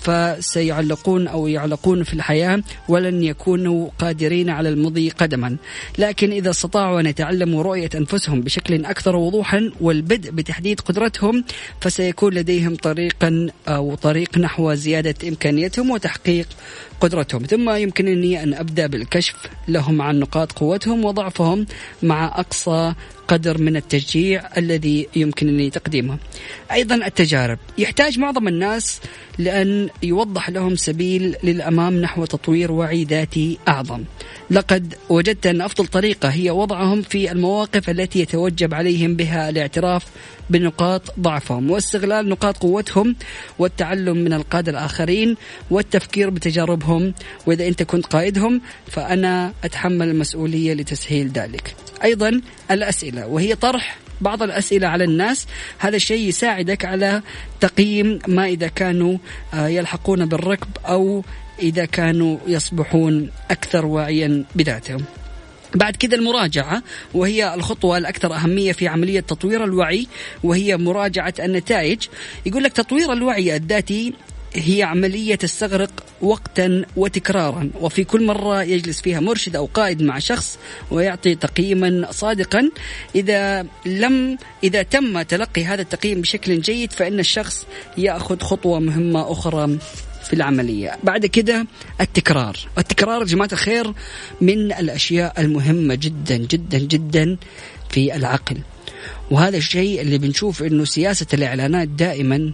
[SPEAKER 4] فسيعلقون أو يعلقون في الحياة ولن يكونوا قادرين على المضي قدما. لكن إذا استطاعوا أن يتعلموا رؤية أنفسهم بشكل أكثر وضوحا والبدء بتحديد قدرتهم فسيكون لديهم طريقا أو طريق نحو زيادة إمكانيتهم وتحقيق قدرتهم. ثم يمكنني أن أبدأ بالكشف لهم عن نقاط قوتهم وضعفهم مع أقصى قدر من التشجيع الذي يمكنني تقديمه. أيضا التجارب، يحتاج معظم الناس لأن يوضح لهم سبيل للأمام نحو تطوير وعي ذاتي أعظم. لقد وجدت أن أفضل طريقة هي وضعهم في المواقف التي يتوجب عليهم بها الاعتراف بنقاط ضعفهم واستغلال نقاط قوتهم والتعلم من القادة الآخرين والتفكير بتجاربهم. وإذا أنت كنت قائدهم فأنا أتحمل المسؤولية لتسهيل ذلك. أيضا الأسئلة، وهي طرح بعض الأسئلة على الناس. هذا الشيء يساعدك على تقييم ما إذا كانوا يلحقون بالركب أو إذا كانوا يصبحون أكثر وعيا بذاتهم. بعد كذا المراجعة، وهي الخطوة الأكثر أهمية في عملية تطوير الوعي، وهي مراجعة النتائج. يقول لك تطوير الوعي الذاتي هي عملية تستغرق وقتا وتكرارا، وفي كل مرة يجلس فيها مرشد أو قائد مع شخص ويعطي تقييما صادقا. إذا لم إذا تم تلقي هذا التقييم بشكل جيد فإن الشخص يأخذ خطوة مهمة أخرى في العملية. بعد كده التكرار. التكرار جماعة الخير من الأشياء المهمة جدا جدا جدا في العقل، وهذا الشيء اللي بنشوف إنه سياسة الإعلانات دائما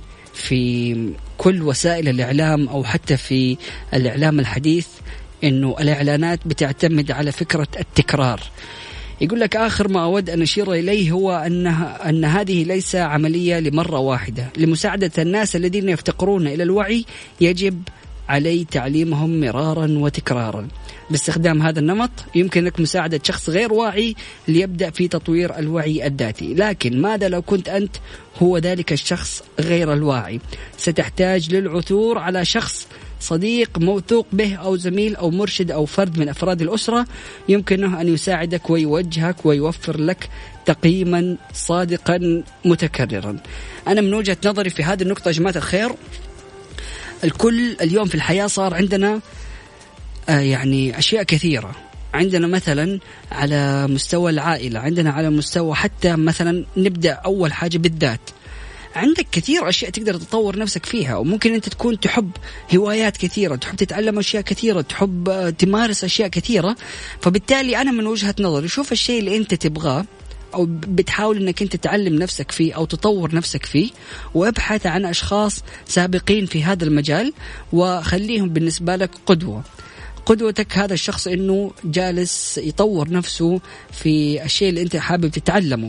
[SPEAKER 4] في كل وسائل الإعلام أو حتى في الإعلام الحديث إنه الإعلانات بتعتمد على فكرة التكرار. يقول لك آخر ما أود أن أشير إليه هو أنها أن هذه ليس عملية لمرة واحدة. لمساعدة الناس الذين يفتقرون إلى الوعي يجب علي تعليمهم مرارا وتكرارا. باستخدام هذا النمط يمكن لك مساعدة شخص غير واعي ليبدأ في تطوير الوعي الذاتي. لكن ماذا لو كنت أنت هو ذلك الشخص غير الواعي؟ ستحتاج للعثور على شخص صديق موثوق به أو زميل أو مرشد أو فرد من أفراد الأسرة يمكنه أن يساعدك ويوجهك ويوفر لك تقييما صادقا متكررا. أنا من وجهة نظري في هذه النقطة يا جماعة الخير، الكل اليوم في الحياة صار عندنا آه يعني أشياء كثيرة. عندنا مثلا على مستوى العائلة، عندنا على مستوى حتى مثلا نبدأ أول حاجة بالذات، عندك كثير أشياء تقدر تطور نفسك فيها. وممكن أنت تكون تحب هوايات كثيرة، تحب تتعلم أشياء كثيرة، تحب تمارس أشياء كثيرة. فبالتالي أنا من وجهة نظري شوف الشيء اللي أنت تبغاه أو بتحاول أنك أنت تعلم نفسك فيه أو تطور نفسك فيه، وابحث عن أشخاص سابقين في هذا المجال وخليهم بالنسبة لك قدوة. قدوتك هذا الشخص أنه جالس يطور نفسه في الشيء اللي أنت حابب تتعلمه.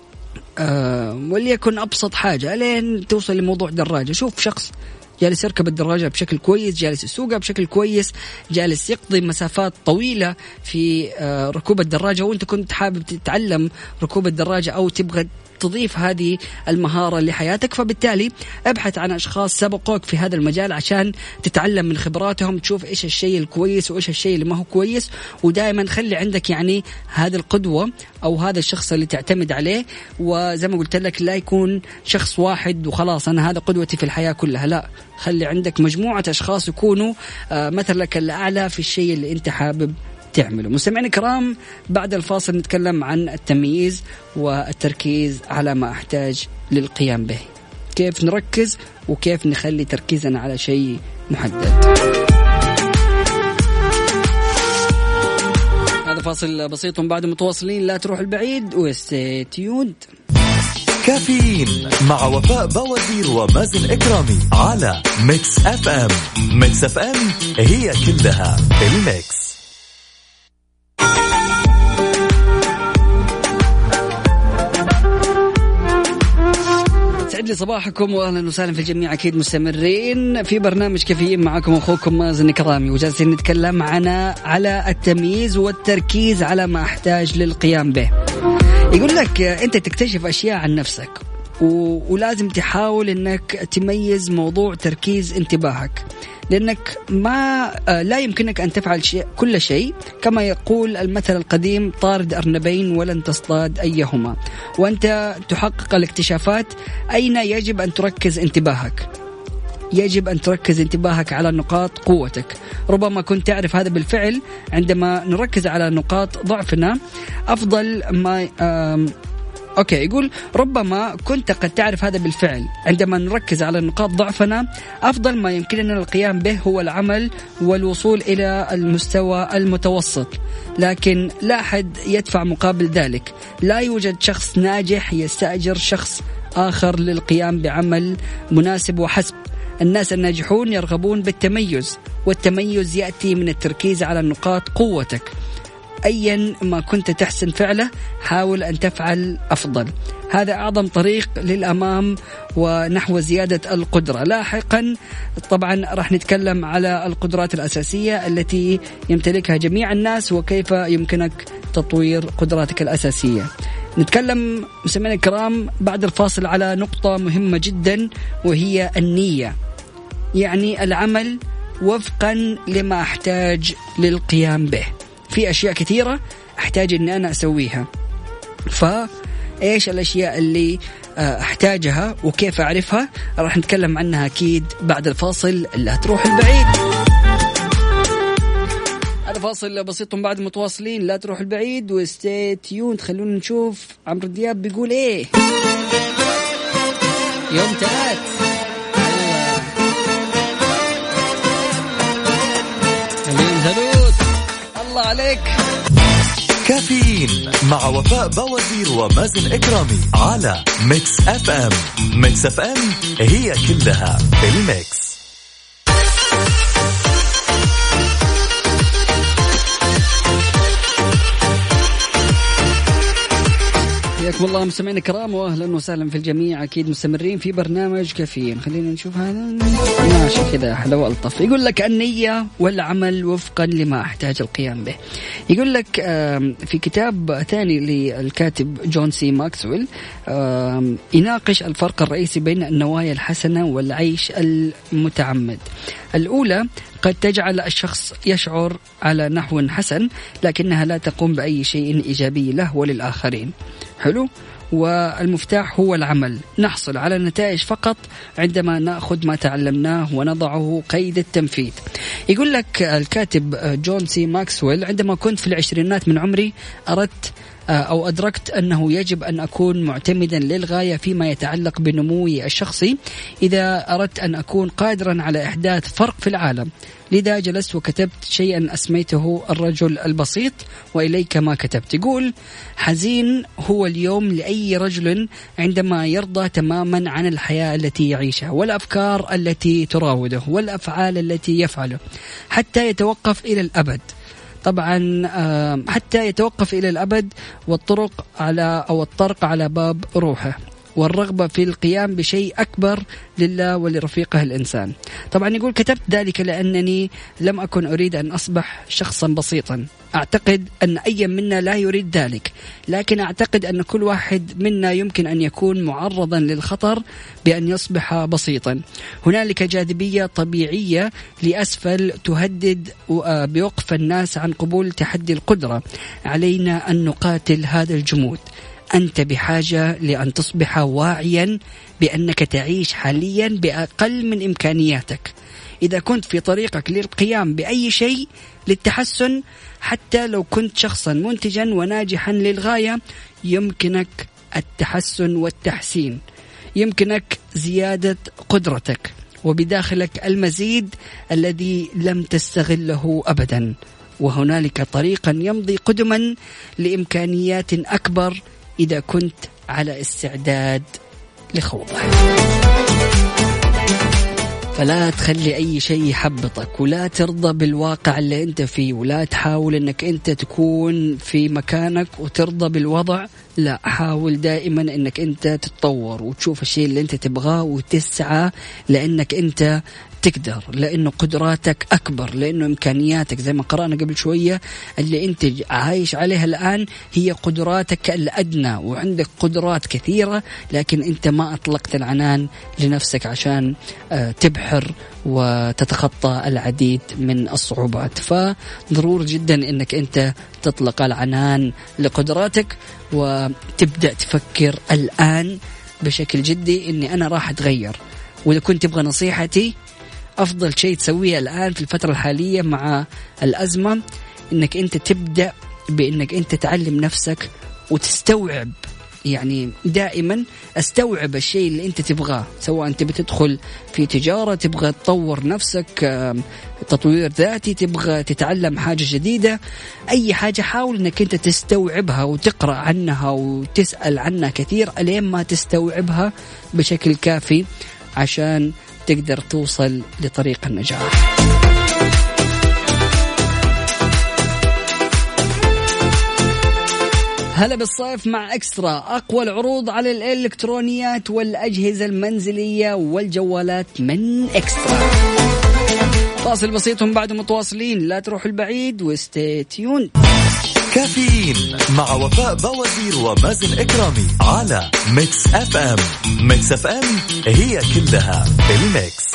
[SPEAKER 4] أه وليكن أبسط حاجة لين توصل لموضوع دراجة، شوف شخص جالس يركب الدراجة بشكل كويس، جالس يسوقها بشكل كويس، جالس يقضي مسافات طويلة في أه ركوب الدراجة، وانت كنت حابب تتعلم ركوب الدراجة أو تبغى تضيف هذه المهارة لحياتك. فبالتالي ابحث عن أشخاص سبقوك في هذا المجال عشان تتعلم من خبراتهم، تشوف إيش الشيء الكويس وإيش الشيء اللي ما هو كويس. ودائما خلي عندك يعني هذا القدوة أو هذا الشخص اللي تعتمد عليه. وزي ما قلت لك لا يكون شخص واحد وخلاص أنا هذا قدوتي في الحياة كلها، لا، خلي عندك مجموعة أشخاص يكونوا مثلك الأعلى في الشيء اللي أنت حابب تعمله. مستمعين الكرام، بعد الفاصل نتكلم عن التمييز والتركيز على ما أحتاج للقيام به. كيف نركز وكيف نخلي تركيزنا على شيء محدد. هذا فاصل بسيط بعد متواصلين، لا تروح البعيد وستي تيوند.
[SPEAKER 3] كافيين مع وفاء بوازير ومازن إكرامي على ميكس اف ام. ميكس اف ام هي كلها الميكس.
[SPEAKER 4] سعد لي صباحكم واهلا وسهلا في الجميع. اكيد مستمرين في برنامج كافيين معكم اخوكم مازن كرامي، وجالسين نتكلم عنا على التمييز والتركيز على ما احتاج للقيام به. يقول لك انت تكتشف اشياء عن نفسك و... ولازم تحاول انك تميز موضوع تركيز انتباهك، لأنك ما لا يمكنك أن تفعل شيء كل شيء. كما يقول المثل القديم طارد أرنبين ولن تصطاد أيهما. وأنت تحقق الاكتشافات أين يجب أن تركز انتباهك. يجب أن تركز انتباهك على نقاط قوتك. ربما كنت تعرف هذا بالفعل. عندما نركز على نقاط ضعفنا أفضل ما أوكي يقول ربما كنت قد تعرف هذا بالفعل. عندما نركز على نقاط ضعفنا أفضل ما يمكننا القيام به هو العمل والوصول إلى المستوى المتوسط، لكن لا أحد يدفع مقابل ذلك. لا يوجد شخص ناجح يستأجر شخص آخر للقيام بعمل مناسب وحسب. الناس الناجحون يرغبون بالتميز، والتميز يأتي من التركيز على نقاط قوتك. أيا ما كنت تحسن فعله حاول أن تفعل أفضل. هذا أعظم طريق للأمام ونحو زيادة القدرة. لاحقا طبعا راح نتكلم على القدرات الأساسية التي يمتلكها جميع الناس وكيف يمكنك تطوير قدراتك الأساسية. نتكلم مستمعينا الكرام بعد الفاصل على نقطة مهمة جدا، وهي النية، يعني العمل وفقا لما أحتاج للقيام به. في أشياء كثيرة أحتاج أن أنا أسويها، فإيش الأشياء اللي أحتاجها وكيف أعرفها راح نتكلم عنها أكيد بعد الفاصل. لا تروح البعيد. هذا فاصل بسيط بعد متواصلين، لا تروح البعيد وستي تيوند. خلونا نشوف عمرو دياب بيقول إيه يوم تلات. اليوم زلوت الله عليك.
[SPEAKER 3] كافيين مع وفاء بوازير ومازن إكرامي على ميكس اف ام. ميكس اف ام هي كلها الميكس.
[SPEAKER 4] حياكم الله مستمعينا الكرام واهلا وسهلا في الجميع. اكيد مستمرين في برنامج كافيين. خلينا نشوف هذا ماشي كذا حلو الطف. يقول لك النية والعمل وفقا لما احتاج القيام به. يقول لك في كتاب ثاني للكاتب جون سي ماكسويل يناقش الفرق الرئيسي بين النوايا الحسنة والعيش المتعمد. الأولى قد تجعل الشخص يشعر على نحو حسن لكنها لا تقوم بأي شيء إيجابي له وللآخرين. حلو. والمفتاح هو العمل. نحصل على النتائج فقط عندما نأخذ ما تعلمناه ونضعه قيد التنفيذ. يقول لك الكاتب جون سي ماكسويل عندما كنت في العشرينات من عمري أردت أو أدركت أنه يجب أن أكون معتمدا للغاية فيما يتعلق بنموي الشخصي إذا أردت أن أكون قادرا على إحداث فرق في العالم. لذا جلست وكتبت شيئا أسميته الرجل البسيط وإليك ما كتبت. يقول حزين هو اليوم لأي رجل عندما يرضى تماما عن الحياة التي يعيشها والأفكار التي تراوده والأفعال التي يفعله حتى يتوقف إلى الأبد. طبعا حتى يتوقف إلى الأبد والطرق على أو الطرق على باب روحه والرغبة في القيام بشيء أكبر لله ولرفيقه الإنسان. طبعا يقول كتبت ذلك لأنني لم أكن أريد أن أصبح شخصا بسيطا. أعتقد أن أي منا لا يريد ذلك، لكن أعتقد أن كل واحد منا يمكن أن يكون معرضا للخطر بأن يصبح بسيطا. هنالك جاذبية طبيعية لأسفل تهدد بوقف الناس عن قبول تحدي القدرة. علينا أن نقاتل هذا الجمود. أنت بحاجة لأن تصبح واعيا بأنك تعيش حاليا بأقل من إمكانياتك. إذا كنت في طريقك للقيام بأي شيء للتحسن حتى لو كنت شخصا منتجا وناجحا للغاية يمكنك التحسن والتحسين. يمكنك زيادة قدرتك، وبداخلك المزيد الذي لم تستغله أبدا، وهنالك طريقا يمضي قدما لإمكانيات أكبر إذا كنت على استعداد لخوضه. فلا تخلي أي شيء يحبطك، ولا ترضى بالواقع اللي أنت فيه، ولا تحاول أنك أنت تكون في مكانك وترضى بالوضع. لا، حاول دائما أنك أنت تتطور وتشوف الشيء اللي أنت تبغاه وتسعى، لأنك أنت تقدر، لأنه قدراتك أكبر، لأنه إمكانياتك زي ما قرأنا قبل شوية اللي أنت عايش عليها الآن هي قدراتك الأدنى، وعندك قدرات كثيرة لكن أنت ما أطلقت العنان لنفسك عشان تبحر وتتخطى العديد من الصعوبات. فضروري جدا أنك أنت تطلق العنان لقدراتك وتبدأ تفكر الآن بشكل جدي أني أنا راح أتغير. وإذا كنت تبغى نصيحتي، أفضل شيء تسويه الآن في الفترة الحالية مع الأزمة إنك أنت تبدأ بإنك أنت تعلم نفسك وتستوعب. يعني دائما استوعب الشيء اللي أنت تبغاه، سواء أنت بتدخل في تجارة، تبغى تطور نفسك، تطوير ذاتي، تبغى تتعلم حاجة جديدة، أي حاجة حاول إنك أنت تستوعبها وتقرأ عنها وتسأل عنها كثير ألين ما تستوعبها بشكل كافي عشان تقدر توصل لطريق النجاح. هلا بالصيف مع إكسترا، أقوى العروض على الإلكترونيات والأجهزة المنزلية والجوالات من إكسترا. فاصل بسيط بعد متواصلين، لا تروح البعيد وستي تيون.
[SPEAKER 3] كافيين مع وفاء بوازير ومازن إكرامي على ميكس اف ام. ميكس اف ام هي كلها الميكس.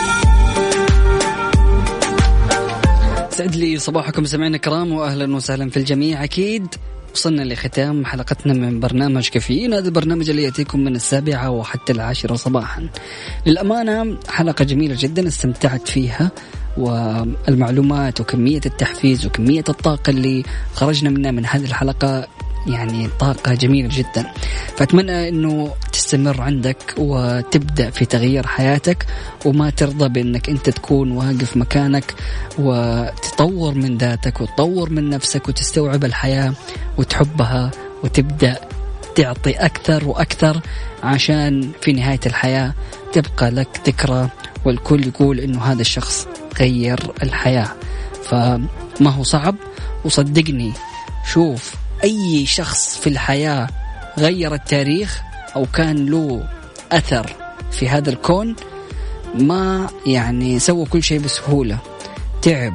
[SPEAKER 4] سعد لي صباحكم سمعنا كرام، وأهلا وسهلا في الجميع. أكيد وصلنا لختام حلقتنا من برنامج كافيين. هذا البرنامج اللي يأتيكم من السابعة وحتى العاشرة صباحا. للأمانة حلقة جميلة جدا استمتعت فيها، والمعلومات وكمية التحفيز وكمية الطاقة اللي خرجنا منها من هذه الحلقة يعني طاقة جميلة جدا. فأتمنى أنه تستمر عندك وتبدأ في تغيير حياتك، وما ترضى بأنك أنت تكون واقف مكانك، وتطور من ذاتك وتطور من نفسك وتستوعب الحياة وتحبها وتبدأ تعطي أكثر وأكثر، عشان في نهاية الحياة تبقى لك ذكرى والكل يقول أنه هذا الشخص غير الحياة. فما هو صعب، وصدقني شوف أي شخص في الحياة غير التاريخ أو كان له أثر في هذا الكون ما يعني سوى كل شيء بسهولة، تعب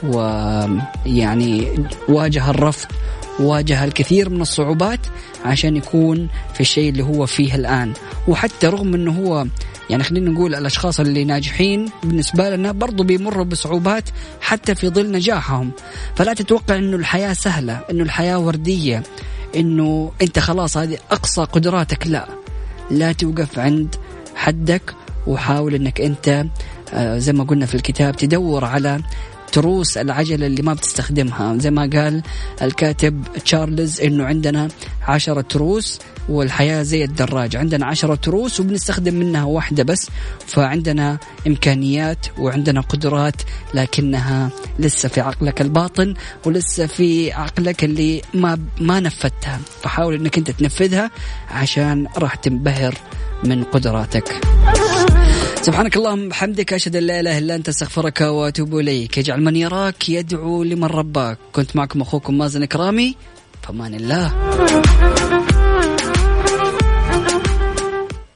[SPEAKER 4] ويعني واجه الرفض، واجه الكثير من الصعوبات عشان يكون في الشيء اللي هو فيه الآن. وحتى رغم أنه هو يعني خلينا نقول الأشخاص اللي ناجحين بالنسبة لنا برضو بيمروا بصعوبات حتى في ظل نجاحهم. فلا تتوقع أنه الحياة سهلة، أنه الحياة وردية، أنه أنت خلاص هذه أقصى قدراتك. لا لا توقف عند حدك، وحاول أنك أنت زي ما قلنا في الكتاب تدور على تروس العجلة اللي ما بتستخدمها. زي ما قال الكاتب تشارلز إنه عندنا عشرة تروس والحياة زي الدراجة، عندنا عشرة تروس وبنستخدم منها واحدة بس. فعندنا إمكانيات وعندنا قدرات، لكنها لسه في عقلك الباطن ولسه في عقلك اللي ما ما نفذتها. فحاول إنك أنت تنفذها عشان راح تنبهر من قدراتك. سبحانك اللهم بحمدك، أشهد أن لا إله إلا أنت، استغفرك وأتوب إليك. يجعل من يراك يدعو لمن رباك. كنت معكم أخوكم مازن إكرامي، فمان الله.